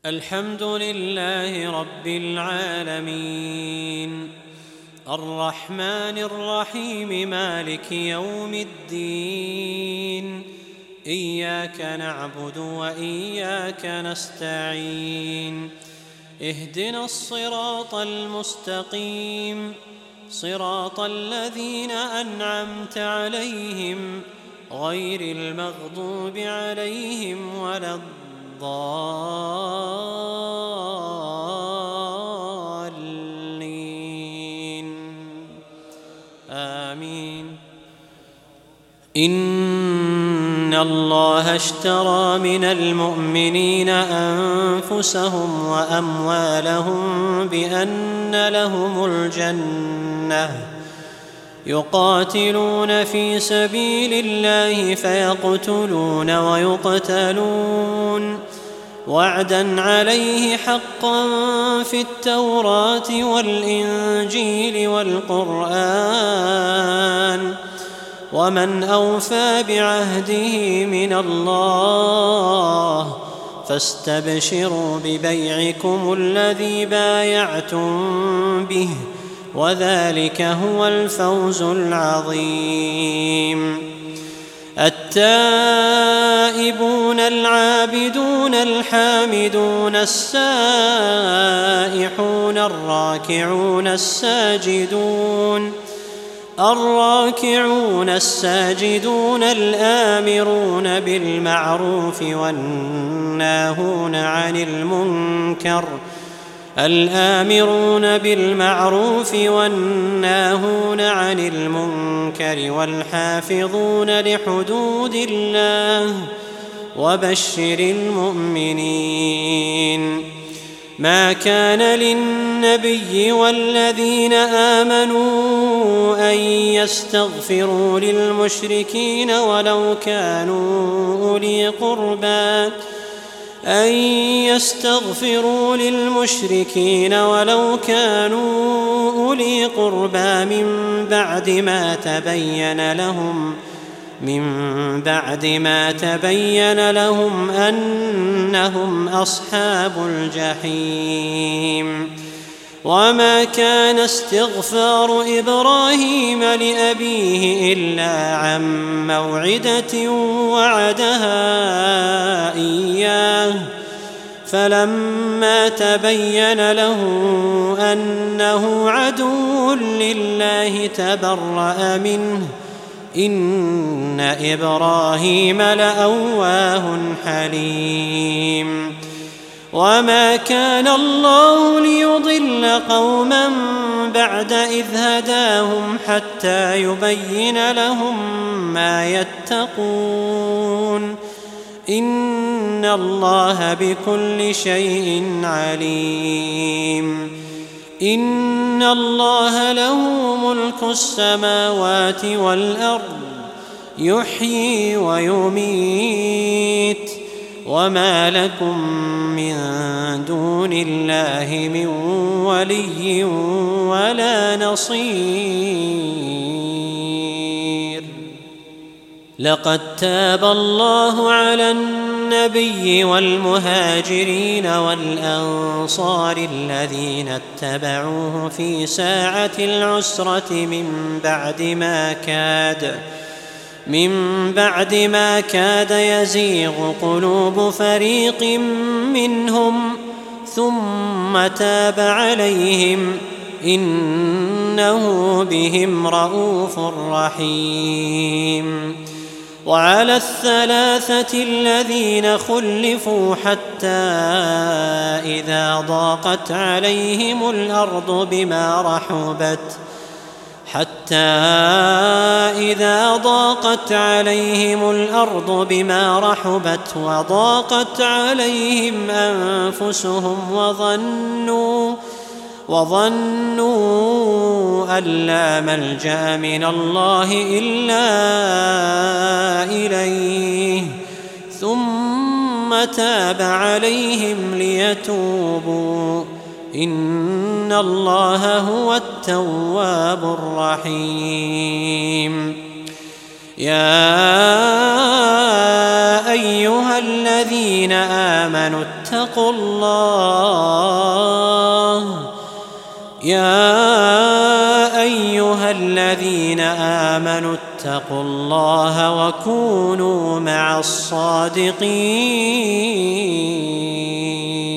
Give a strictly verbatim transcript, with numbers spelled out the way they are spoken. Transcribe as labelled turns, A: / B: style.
A: الحمد لله رب العالمين الرحمن الرحيم مالك يوم الدين إياك نعبد وإياك نستعين اهدنا الصراط المستقيم صراط الذين أنعمت عليهم غير المغضوب عليهم ولا الضالين آمين. إن الله اشترى من المؤمنين أنفسهم وأموالهم بأن لهم الجنة يقاتلون في سبيل الله فيقتلون ويقتلون وعدا عليه حقا في التوراة والإنجيل والقرآن ومن أوفى بعهده من الله فاستبشروا ببيعكم الذي بايعتم به وذلك هو الفوز العظيم. التائبون العابدون الحامدون السائحون الراكعون الساجدون الراكعون الساجدون الآمرون بالمعروف والناهون عن المنكر الآمرون بالمعروف والناهون عن المنكر والحافظون لحدود الله وبشر المؤمنين. ما كان للنبي والذين آمنوا أن يستغفروا للمشركين ولو كانوا أولي قربى أن يستغفروا للمشركين ولو كانوا أولي قربى من بعد ما تبين لهم من بعد ما تبين لهم أنهم أصحاب الجحيم. وما كان استغفار إبراهيم لأبيه إلا عن موعدة وعدها إياه فلما تبين له أنه عدو لله تبرأ منه إن إبراهيم لأواه حليم. وما كان الله ليضل قوما بعد إذ هداهم حتى يبين لهم ما يتقون إن الله بكل شيء عليم. إن الله له ملك السماوات والأرض يحيي ويميت وما لكم من دون الله من ولي ولا نصير. لقد تاب الله على النبي والمهاجرين والأنصار الذين اتبعوه في ساعة العسرة من بعد ما كاد من بعد ما كاد يزيغ قلوب فريق منهم ثم تاب عليهم إنه بهم رءوف رحيم. وعلى الثلاثة الذين خلفوا حتى إذا ضاقت عليهم الأرض بما رحبت حتى إذا ضاقت عليهم الأرض بما رحبت وضاقت عليهم أنفسهم وظنوا وظنوا أن لا ملجأ من الله إلا إليه ثم تاب عليهم ليتوبوا إن الله هو التواب الرحيم. يا أيها الذين آمنوا فاتقوا الله يا أيها الذين آمنوا اتقوا الله وكونوا مع الصادقين